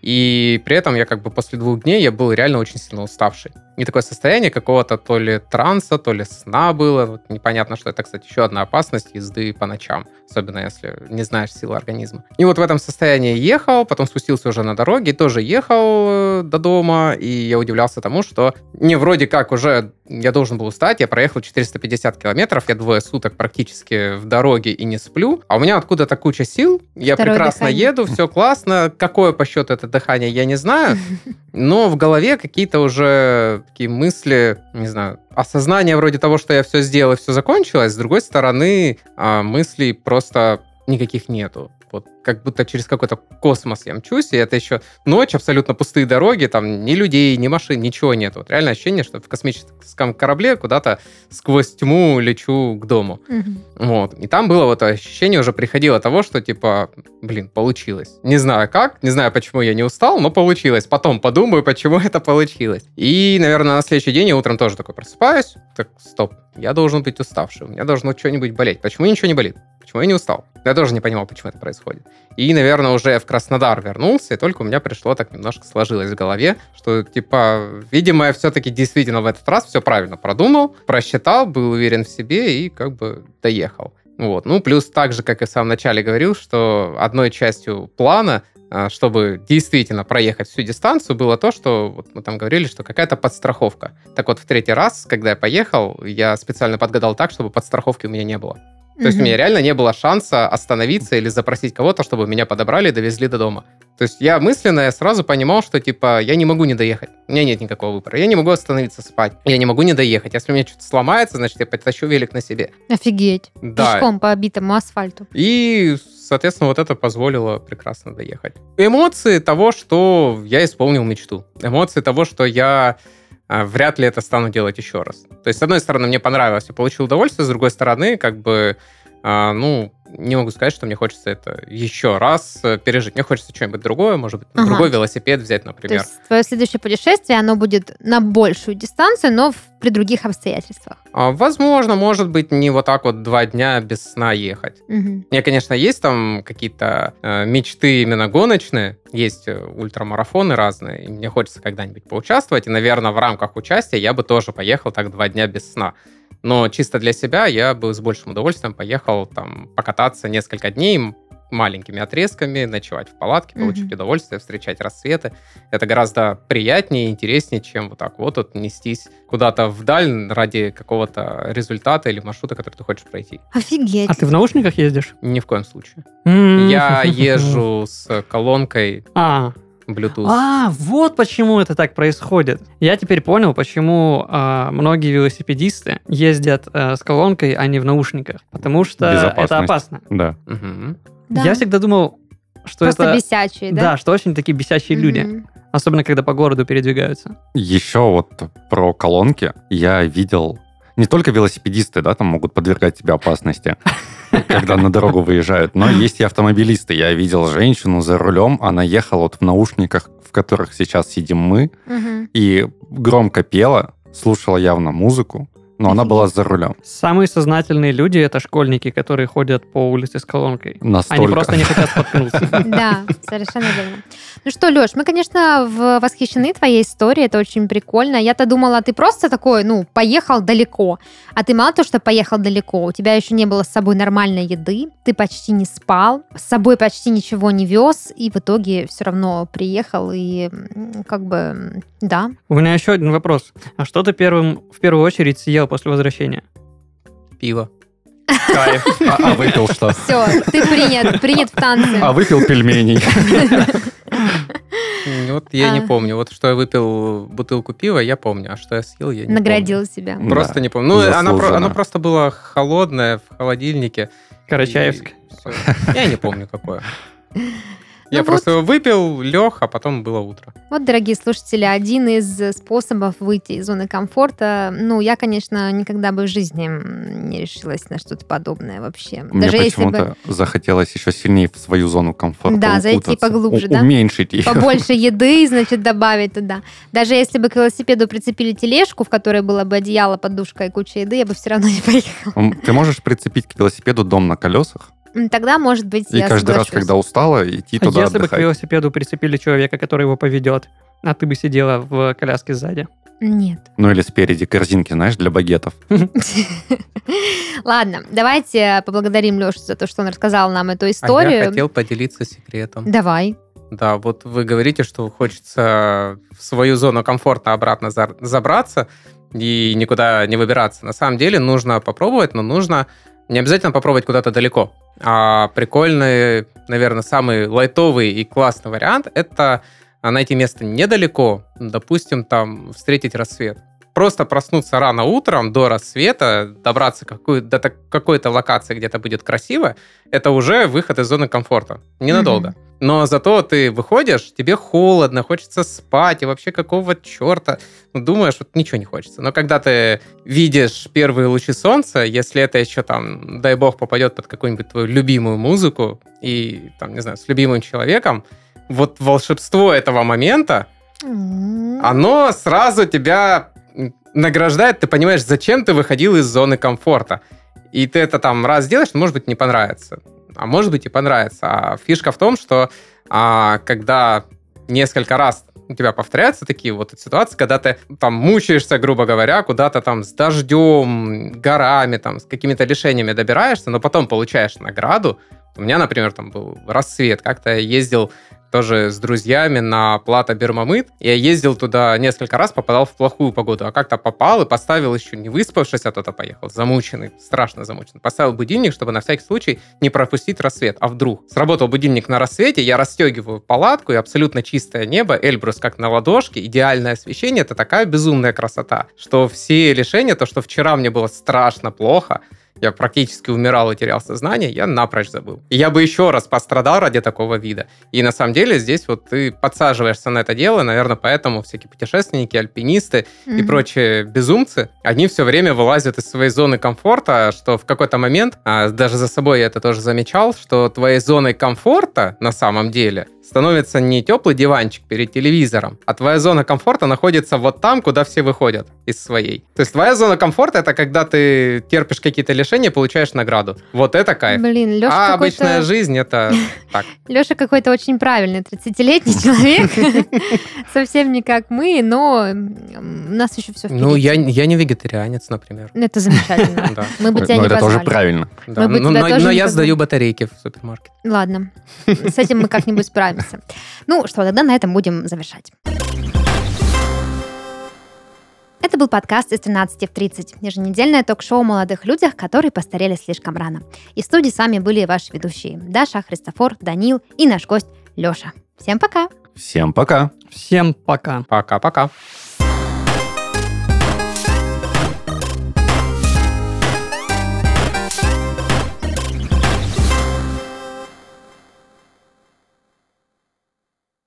И при этом я как бы после двух дней я был реально очень сильно уставший. И такое состояние какого-то то ли транса, то ли сна было. Вот непонятно, что это, кстати, еще одна опасность езды по ночам. Особенно если не знаешь силы организма. И вот в этом состоянии ехал, потом спустился уже на дороге, тоже ехал до дома. И я удивлялся тому, что не вроде как уже я должен был устать. Я проехал четыреста пятьдесят километров. Я двое суток практически в дороге и не сплю. А у меня откуда-то куча сил. Я Второе прекрасно дыхание. еду, все классно. Какое по счету это дыхание, я не знаю. Но в голове какие-то уже такие мысли, не знаю, осознание вроде того, что я все сделал и все закончилось. С другой стороны, а, мыслей просто никаких нету. Вот как будто через какой-то космос я мчусь, и это еще ночь, абсолютно пустые дороги, там ни людей, ни машин, ничего нет. Вот реальное ощущение, что в космическом корабле куда-то сквозь тьму лечу к дому. Мгм. Вот. И там было вот ощущение, уже приходило того, что типа, блин, получилось. Не знаю как, не знаю, почему я не устал, но получилось. Потом подумаю, почему это получилось. И, наверное, на следующий день я утром тоже такой просыпаюсь. Так, стоп, я должен быть уставшим, у меня должно что-нибудь болеть. Почему ничего не болит? Почему я не устал? Я тоже не понимал, почему это происходит. И, наверное, уже я в Краснодар вернулся, и только у меня пришло так немножко сложилось в голове, что, типа, видимо, я все-таки действительно в этот раз все правильно продумал, просчитал, был уверен в себе и как бы доехал. Вот. Ну, плюс так же, как и в самом начале говорил, что одной частью плана, а, чтобы действительно проехать всю дистанцию, было то, что вот мы там говорили, что какая-то подстраховка. Так вот, в третий раз, когда я поехал, я специально подгадал так, чтобы подстраховки у меня не было. То есть у меня реально не было шанса остановиться или запросить кого-то, чтобы меня подобрали и довезли до дома. То есть я мысленно я сразу понимал, что типа я не могу не доехать. У меня нет никакого выбора. Я не могу остановиться спать. Я не могу не доехать. Если у меня что-то сломается, значит, я потащу велик на себе. Офигеть. Да. Пешком по обитому асфальту. И, соответственно, вот это позволило прекрасно доехать. Эмоции того, что я исполнил мечту. Эмоции того, что я а, вряд ли это стану делать еще раз. То есть, с одной стороны, мне понравилось, я получил удовольствие, с другой стороны, как бы, а, ну, не могу сказать, что мне хочется это еще раз пережить. Мне хочется что-нибудь другое, может быть, Ага. другой велосипед взять, например. То есть твое следующее путешествие, оно будет на большую дистанцию, но в- при других обстоятельствах. А, возможно, может быть, не вот так вот два дня без сна ехать. Мгм. У меня, конечно, есть там какие-то э, мечты именно гоночные, есть э, ультрамарафоны разные, и мне хочется когда-нибудь поучаствовать, и, наверное, в рамках участия я бы тоже поехал так два дня без сна. Но чисто для себя я бы с большим удовольствием поехал там покататься несколько дней м- маленькими отрезками, ночевать в палатке, получить Мгм. удовольствие, встречать рассветы. Это гораздо приятнее и интереснее, чем вот так вот, вот нестись куда-то вдаль ради какого-то результата или маршрута, который ты хочешь пройти. Офигеть. А ты в наушниках ездишь? Ни в коем случае. М. Я езжу с колонкой А, Bluetooth. а, вот почему это так происходит. Я теперь понял, почему а, многие велосипедисты ездят а, с колонкой, а не в наушниках. Потому что это Безопасность. опасно. Да. Мгм. Да. Я всегда думал, что Просто это... бесячие, да? Да, что очень такие бесячие люди. Мгм. Особенно, когда по городу передвигаются. Еще вот про колонки я видел... Не только велосипедисты, да, там могут подвергать себя опасности, когда на дорогу выезжают, но есть и автомобилисты. Я видел женщину за рулем, она ехала вот в наушниках, в которых сейчас сидим мы, Мгм. и громко пела, слушала явно музыку, но она была за рулем. Самые сознательные люди — это школьники, которые ходят по улице с колонкой. Настолько. Они просто не хотят споткнуться. Да, совершенно верно. Ну что, Леш, мы, конечно, в- восхищены твоей историей, это очень прикольно. Я-то думала, ты просто такой, ну, поехал далеко. А ты мало то, что поехал далеко, у тебя еще не было с собой нормальной еды, ты почти не спал, с собой почти ничего не вез, и в итоге все равно приехал, и м, как бы, м, да. У меня еще один вопрос. А что ты первым, в первую очередь съел после возвращения? Пиво. Кайф. А, а выпил что? Все, ты принят, принят в танцы. А выпил пельменей. М, Вот я не А. помню. Вот что я выпил бутылку пива, я помню. А что я съел, я не Наградил себя. помню. Просто Да, не помню. Ну, она, про- заслуженно. она просто была холодная в холодильнике. Карачаевск. И всё. Я не помню, какое. Я Ну просто его выпил, лег, а потом было утро. Вот, дорогие слушатели, один из способов выйти из зоны комфорта. Ну, я, конечно, никогда бы в жизни не решилась на что-то подобное вообще. Мне Даже если бы почему-то захотелось еще сильнее в свою зону комфорта Да, зайти укутаться, поглубже, у- да? уменьшить ее. побольше еды, значит, добавить туда. Даже если бы к велосипеду прицепили тележку, в которой было бы одеяло, подушка и куча еды, я бы все равно не поехала. М, Ты можешь прицепить к велосипеду дом на колесах, М, Тогда, может быть, и я каждый раз, соглашусь. когда устала, идти А туда если бы к отдыхать. велосипеду прицепили человека, который его поведет, а ты бы сидела в коляске сзади? Нет. Ну или спереди корзинки, знаешь, для багетов. Ладно, давайте поблагодарим Лешу за то, что он рассказал нам эту А историю. я хотел поделиться секретом. Давай. Да, вот вы говорите, что хочется в свою зону комфорта обратно за- забраться и никуда не выбираться. На самом деле нужно попробовать, но нужно не обязательно попробовать куда-то далеко. А прикольный, наверное, самый лайтовый и классный вариант — это найти место недалеко, допустим, там встретить рассвет. Просто проснуться рано утром, до рассвета, добраться какую- до так- какой-то локации, где-то будет красиво, это уже выход из зоны комфорта. Ненадолго. Мгм. Но зато ты выходишь, тебе холодно, хочется спать, и вообще какого черта? Ну, думаешь, вот ничего не хочется. Но когда ты видишь первые лучи солнца, если это еще там, дай бог, попадет под какую-нибудь твою любимую музыку, и, там, не знаю, с любимым человеком, вот волшебство этого момента, М. оно сразу тебя награждает, ты понимаешь, зачем ты выходил из зоны комфорта. И ты это там раз делаешь, может быть, не понравится. А может быть, и понравится. А фишка в том, что а, когда несколько раз у тебя повторяются такие вот ситуации, когда ты там мучаешься, грубо говоря, куда-то там с дождем, горами, там, с какими-то лишениями добираешься, но потом получаешь награду. У меня, например, там был рассвет. Как-то я ездил тоже с друзьями на Плато Бермамыт. Я ездил туда несколько раз, попадал в плохую погоду. А как-то попал и поставил еще не выспавшись, а туда поехал, замученный, страшно замученный. Поставил будильник, чтобы на всякий случай не пропустить рассвет. А вдруг? Сработал будильник на рассвете, я расстегиваю палатку, и абсолютно чистое небо, Эльбрус как на ладошке, идеальное освещение. Это такая безумная красота, что все лишения, то, что вчера мне было страшно плохо, я практически умирал и терял сознание, я напрочь забыл. И я бы еще раз пострадал ради такого вида. И на самом деле здесь вот ты подсаживаешься на это дело, наверное, поэтому всякие путешественники, альпинисты и Мгм. прочие безумцы, они все время вылазят из своей зоны комфорта, что в какой-то момент, а, даже за собой я это тоже замечал, что твоей зоной комфорта на самом деле становится не теплый диванчик перед телевизором, а твоя зона комфорта находится вот там, куда все выходят из своей. То есть твоя зона комфорта — это когда ты терпишь какие-то лишения, получаешь награду. Вот это кайф. Блин, Леша А какой-то... обычная жизнь — это так. Леша какой-то очень правильный тридцатилетний человек. Совсем не как мы, но м, у нас еще все впереди. Ну, я, я не вегетарианец, например. Это замечательно. Да. Мы бы тебя Но не это тоже позвали. правильно. Да. Мы бы Но, тебя но- тоже но не я позвали. сдаю батарейки в супермаркет. Ладно, с этим мы как-нибудь справимся. Ну что, тогда на этом будем завершать. Это был подкаст из тринадцати в тридцать, еженедельное ток-шоу о молодых людях, которые постарели слишком рано. И в студии с вами были ваши ведущие Даша, Христофор, Данил и наш гость Леша. Всем пока! Всем пока! Всем пока. Пока-пока.